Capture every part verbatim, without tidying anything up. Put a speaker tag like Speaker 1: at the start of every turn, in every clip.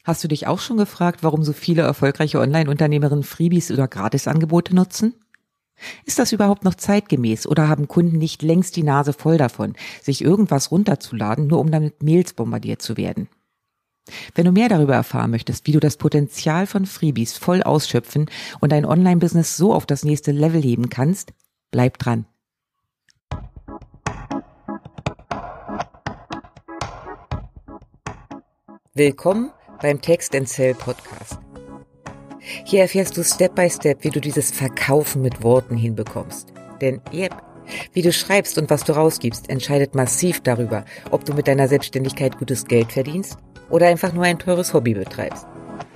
Speaker 1: Hast du dich auch schon gefragt, warum so viele erfolgreiche Online-Unternehmerinnen Freebies oder Gratisangebote nutzen? Ist das überhaupt noch zeitgemäß oder haben Kunden nicht längst die Nase voll davon, sich irgendwas runterzuladen, nur um damit Mails bombardiert zu werden? Wenn du mehr darüber erfahren möchtest, wie du das Potenzial von Freebies voll ausschöpfen und dein Online-Business so auf das nächste Level heben kannst, bleib dran. Willkommen beim Text and Sell Podcast. Hier erfährst du Step by Step, wie du dieses Verkaufen mit Worten hinbekommst. Denn yep, wie du schreibst und was du rausgibst, entscheidet massiv darüber, ob du mit deiner Selbstständigkeit gutes Geld verdienst oder einfach nur ein teures Hobby betreibst.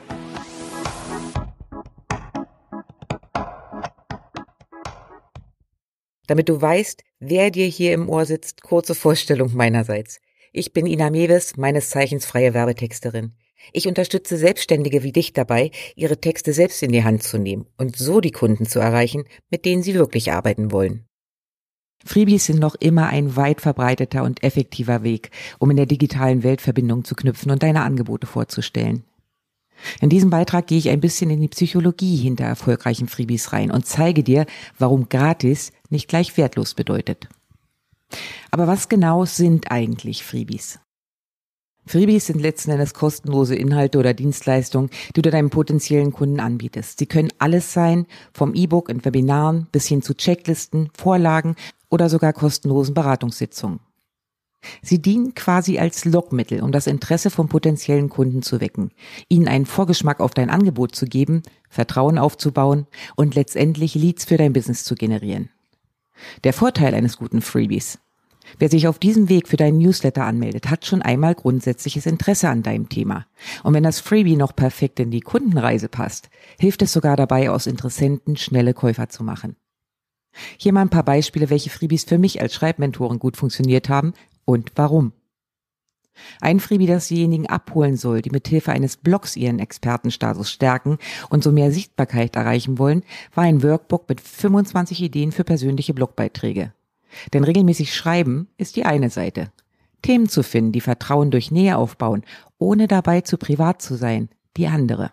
Speaker 1: Damit du weißt, wer dir hier im Ohr sitzt, kurze Vorstellung meinerseits. Ich bin Ina Mewes, meines Zeichens freie Werbetexterin. Ich unterstütze Selbstständige wie dich dabei, ihre Texte selbst in die Hand zu nehmen und so die Kunden zu erreichen, mit denen sie wirklich arbeiten wollen. Freebies sind noch immer ein weit verbreiteter und effektiver Weg, um in der digitalen Welt Verbindungen zu knüpfen und deine Angebote vorzustellen. In diesem Beitrag gehe ich ein bisschen in die Psychologie hinter erfolgreichen Freebies rein und zeige dir, warum gratis nicht gleich wertlos bedeutet. Aber was genau sind eigentlich Freebies? Freebies sind letzten Endes kostenlose Inhalte oder Dienstleistungen, die du deinem potenziellen Kunden anbietest. Sie können alles sein, vom E-Book und Webinaren bis hin zu Checklisten, Vorlagen oder sogar kostenlosen Beratungssitzungen. Sie dienen quasi als Lockmittel, um das Interesse von potenziellen Kunden zu wecken, ihnen einen Vorgeschmack auf dein Angebot zu geben, Vertrauen aufzubauen und letztendlich Leads für dein Business zu generieren. Der Vorteil eines guten Freebies: Wer sich auf diesem Weg für deinen Newsletter anmeldet, hat schon einmal grundsätzliches Interesse an deinem Thema. Und wenn das Freebie noch perfekt in die Kundenreise passt, hilft es sogar dabei, aus Interessenten schnelle Käufer zu machen. Hier mal ein paar Beispiele, welche Freebies für mich als Schreibmentorin gut funktioniert haben und warum. Ein Freebie, das diejenigen abholen soll, die mithilfe eines Blogs ihren Expertenstatus stärken und so mehr Sichtbarkeit erreichen wollen, war ein Workbook mit fünfundzwanzig Ideen für persönliche Blogbeiträge. Denn regelmäßig schreiben ist die eine Seite. Themen zu finden, die Vertrauen durch Nähe aufbauen, ohne dabei zu privat zu sein, die andere.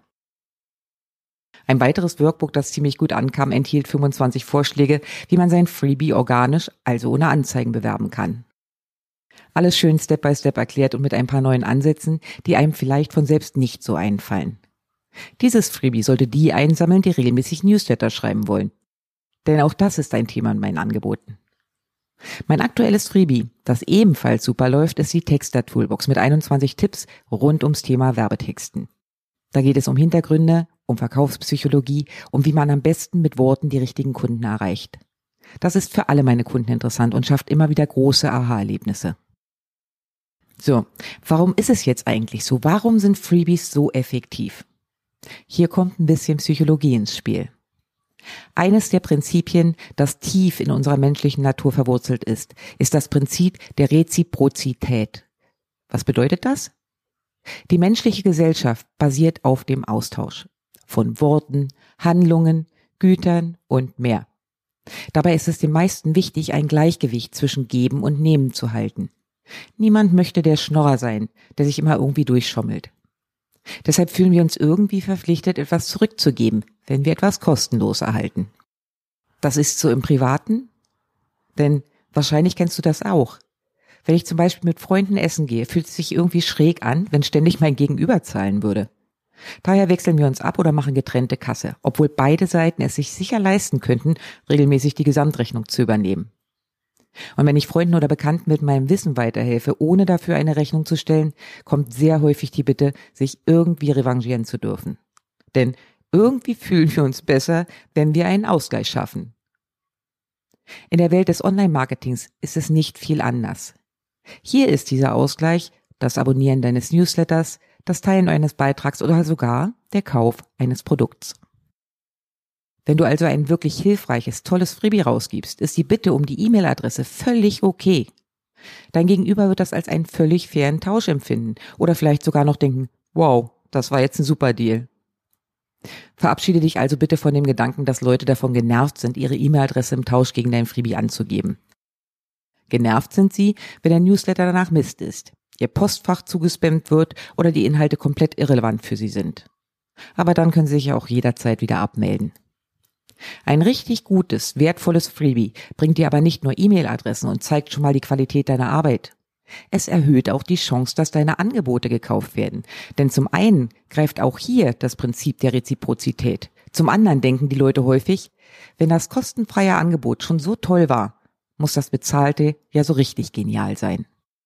Speaker 1: Ein weiteres Workbook, das ziemlich gut ankam, enthielt fünfundzwanzig Vorschläge, wie man sein Freebie organisch, also ohne Anzeigen, bewerben kann. Alles schön Step by Step erklärt und mit ein paar neuen Ansätzen, die einem vielleicht von selbst nicht so einfallen. Dieses Freebie sollte die einsammeln, die regelmäßig Newsletter schreiben wollen. Denn auch das ist ein Thema in meinen Angeboten. Mein aktuelles Freebie, das ebenfalls super läuft, ist die Texter-Toolbox mit einundzwanzig Tipps rund ums Thema Werbetexten. Da geht es um Hintergründe, um Verkaufspsychologie, um wie man am besten mit Worten die richtigen Kunden erreicht. Das ist für alle meine Kunden interessant und schafft immer wieder große Aha-Erlebnisse. So, warum ist es jetzt eigentlich so? Warum sind Freebies so effektiv? Hier kommt ein bisschen Psychologie ins Spiel. Eines der Prinzipien, das tief in unserer menschlichen Natur verwurzelt ist, ist das Prinzip der Reziprozität. Was bedeutet das? Die menschliche Gesellschaft basiert auf dem Austausch von Worten, Handlungen, Gütern und mehr. Dabei ist es den meisten wichtig, ein Gleichgewicht zwischen Geben und Nehmen zu halten. Niemand möchte der Schnorrer sein, der sich immer irgendwie durchschommelt. Deshalb fühlen wir uns irgendwie verpflichtet, etwas zurückzugeben, wenn wir etwas kostenlos erhalten. Das ist so im Privaten, denn wahrscheinlich kennst du das auch. Wenn ich zum Beispiel mit Freunden essen gehe, fühlt es sich irgendwie schräg an, wenn ständig mein Gegenüber zahlen würde. Daher wechseln wir uns ab oder machen getrennte Kasse, obwohl beide Seiten es sich sicher leisten könnten, regelmäßig die Gesamtrechnung zu übernehmen. Und wenn ich Freunden oder Bekannten mit meinem Wissen weiterhelfe, ohne dafür eine Rechnung zu stellen, kommt sehr häufig die Bitte, sich irgendwie revanchieren zu dürfen. Denn irgendwie fühlen wir uns besser, wenn wir einen Ausgleich schaffen. In der Welt des Online-Marketings ist es nicht viel anders. Hier ist dieser Ausgleich das Abonnieren deines Newsletters, das Teilen eines Beitrags oder sogar der Kauf eines Produkts. Wenn du also ein wirklich hilfreiches, tolles Freebie rausgibst, ist die Bitte um die E-Mail-Adresse völlig okay. Dein Gegenüber wird das als einen völlig fairen Tausch empfinden oder vielleicht sogar noch denken, wow, das war jetzt ein super Deal. Verabschiede dich also bitte von dem Gedanken, dass Leute davon genervt sind, ihre E-Mail-Adresse im Tausch gegen dein Freebie anzugeben. Genervt sind sie, wenn der Newsletter danach Mist ist. ihr Postfach zugespammt wird oder die Inhalte komplett irrelevant für sie sind. Aber dann können sie sich ja auch jederzeit wieder abmelden. Ein richtig gutes, wertvolles Freebie bringt dir aber nicht nur E-Mail-Adressen und zeigt schon mal die Qualität deiner Arbeit. Es erhöht auch die Chance, dass deine Angebote gekauft werden. Denn zum einen greift auch hier das Prinzip der Reziprozität. Zum anderen denken die Leute häufig, wenn das kostenfreie Angebot schon so toll war, muss das bezahlte ja so richtig genial sein.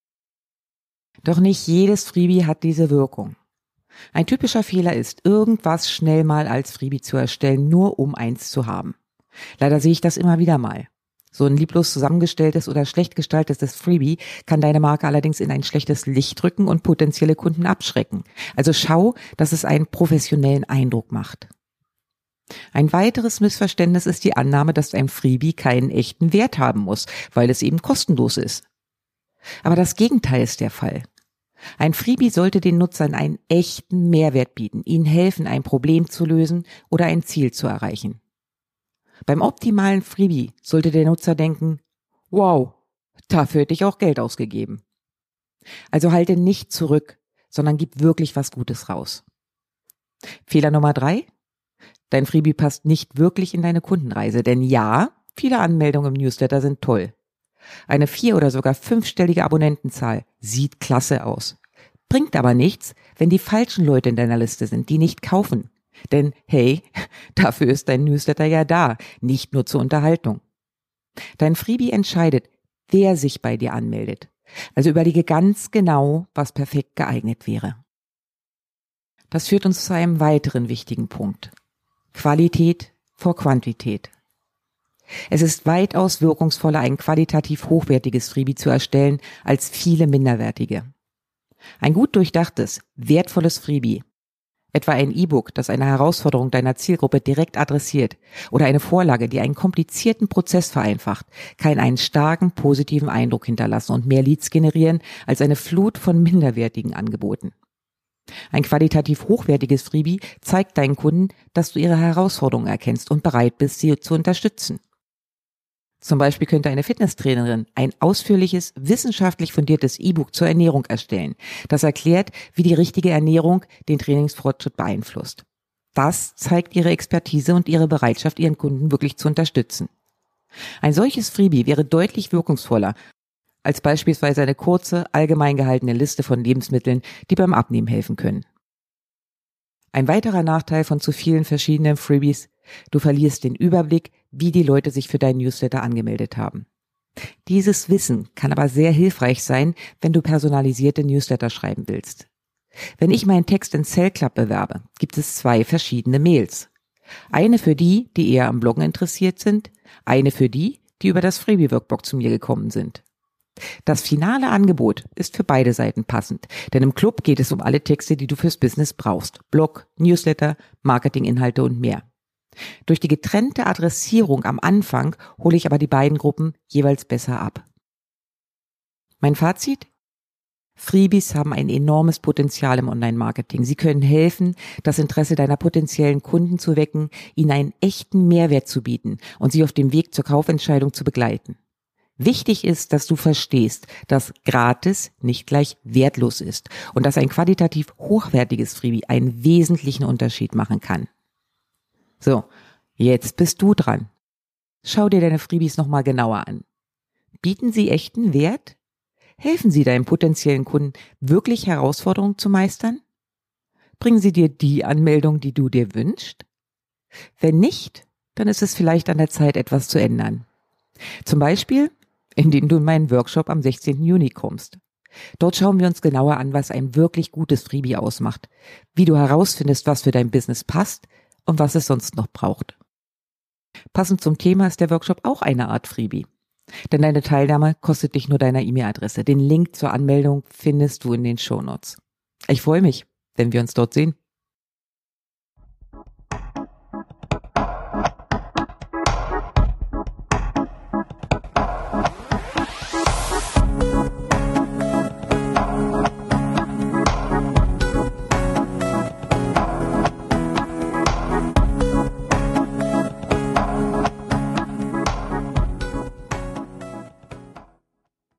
Speaker 1: Doch nicht jedes Freebie hat diese Wirkung. Ein typischer Fehler ist, irgendwas schnell mal als Freebie zu erstellen, nur um eins zu haben. Leider sehe ich das immer wieder mal. So ein lieblos zusammengestelltes oder schlecht gestaltetes Freebie kann deine Marke allerdings in ein schlechtes Licht rücken und potenzielle Kunden abschrecken. Also schau, dass es einen professionellen Eindruck macht. Ein weiteres Missverständnis ist die Annahme, dass ein Freebie keinen echten Wert haben muss, weil es eben kostenlos ist. Aber das Gegenteil ist der Fall. Ein Freebie sollte den Nutzern einen echten Mehrwert bieten, ihnen helfen, ein Problem zu lösen oder ein Ziel zu erreichen. Beim optimalen Freebie sollte der Nutzer denken, wow, dafür hätte ich auch Geld ausgegeben. Also halte nicht zurück, sondern gib wirklich was Gutes raus. Fehler Nummer drei: Dein Freebie passt nicht wirklich in deine Kundenreise, denn ja, viele Anmeldungen im Newsletter sind toll. Eine vier- oder sogar fünfstellige Abonnentenzahl sieht klasse aus. Bringt aber nichts, wenn die falschen Leute in deiner Liste sind, die nicht kaufen. Denn hey, dafür ist dein Newsletter ja da, nicht nur zur Unterhaltung. Dein Freebie entscheidet, wer sich bei dir anmeldet. Also überlege ganz genau, was perfekt geeignet wäre. Das führt uns zu einem weiteren wichtigen Punkt. Qualität vor Quantität. Es ist weitaus wirkungsvoller, ein qualitativ hochwertiges Freebie zu erstellen, als viele minderwertige. Ein gut durchdachtes, wertvolles Freebie, etwa ein E-Book, das eine Herausforderung deiner Zielgruppe direkt adressiert, oder eine Vorlage, die einen komplizierten Prozess vereinfacht, kann einen starken positiven Eindruck hinterlassen und mehr Leads generieren als eine Flut von minderwertigen Angeboten. Ein qualitativ hochwertiges Freebie zeigt deinen Kunden, dass du ihre Herausforderungen erkennst und bereit bist, sie zu unterstützen. Zum Beispiel könnte eine Fitnesstrainerin ein ausführliches, wissenschaftlich fundiertes E-Book zur Ernährung erstellen, das erklärt, wie die richtige Ernährung den Trainingsfortschritt beeinflusst. Das zeigt ihre Expertise und ihre Bereitschaft, ihren Kunden wirklich zu unterstützen. Ein solches Freebie wäre deutlich wirkungsvoller als beispielsweise eine kurze, allgemein gehaltene Liste von Lebensmitteln, die beim Abnehmen helfen können. Ein weiterer Nachteil von zu vielen verschiedenen Freebies: Du verlierst den Überblick, wie die Leute sich für deinen Newsletter angemeldet haben. Dieses Wissen kann aber sehr hilfreich sein, wenn du personalisierte Newsletter schreiben willst. Wenn ich meinen Text in Sell Club bewerbe, gibt es zwei verschiedene Mails. Eine für die, die eher am Bloggen interessiert sind, eine für die, die über das Freebie-Workbook zu mir gekommen sind. Das finale Angebot ist für beide Seiten passend, denn im Club geht es um alle Texte, die du fürs Business brauchst. Blog, Newsletter, Marketinginhalte und mehr. Durch die getrennte Adressierung am Anfang hole ich aber die beiden Gruppen jeweils besser ab. Mein Fazit? Freebies haben ein enormes Potenzial im Online-Marketing. Sie können helfen, das Interesse deiner potenziellen Kunden zu wecken, ihnen einen echten Mehrwert zu bieten und sie auf dem Weg zur Kaufentscheidung zu begleiten. Wichtig ist, dass du verstehst, dass gratis nicht gleich wertlos ist und dass ein qualitativ hochwertiges Freebie einen wesentlichen Unterschied machen kann. So, jetzt bist du dran. Schau dir deine Freebies nochmal genauer an. Bieten sie echten Wert? Helfen sie deinem potenziellen Kunden, wirklich Herausforderungen zu meistern? Bringen sie dir die Anmeldung, die du dir wünschst? Wenn nicht, dann ist es vielleicht an der Zeit, etwas zu ändern. Zum Beispiel, indem du in meinen Workshop am sechzehnten Juni kommst. Dort schauen wir uns genauer an, was ein wirklich gutes Freebie ausmacht, wie du herausfindest, was für dein Business passt und was es sonst noch braucht. Passend zum Thema ist der Workshop auch eine Art Freebie. Denn deine Teilnahme kostet dich nur deine E-Mail-Adresse. Den Link zur Anmeldung findest du in den Shownotes. Ich freue mich, wenn wir uns dort sehen.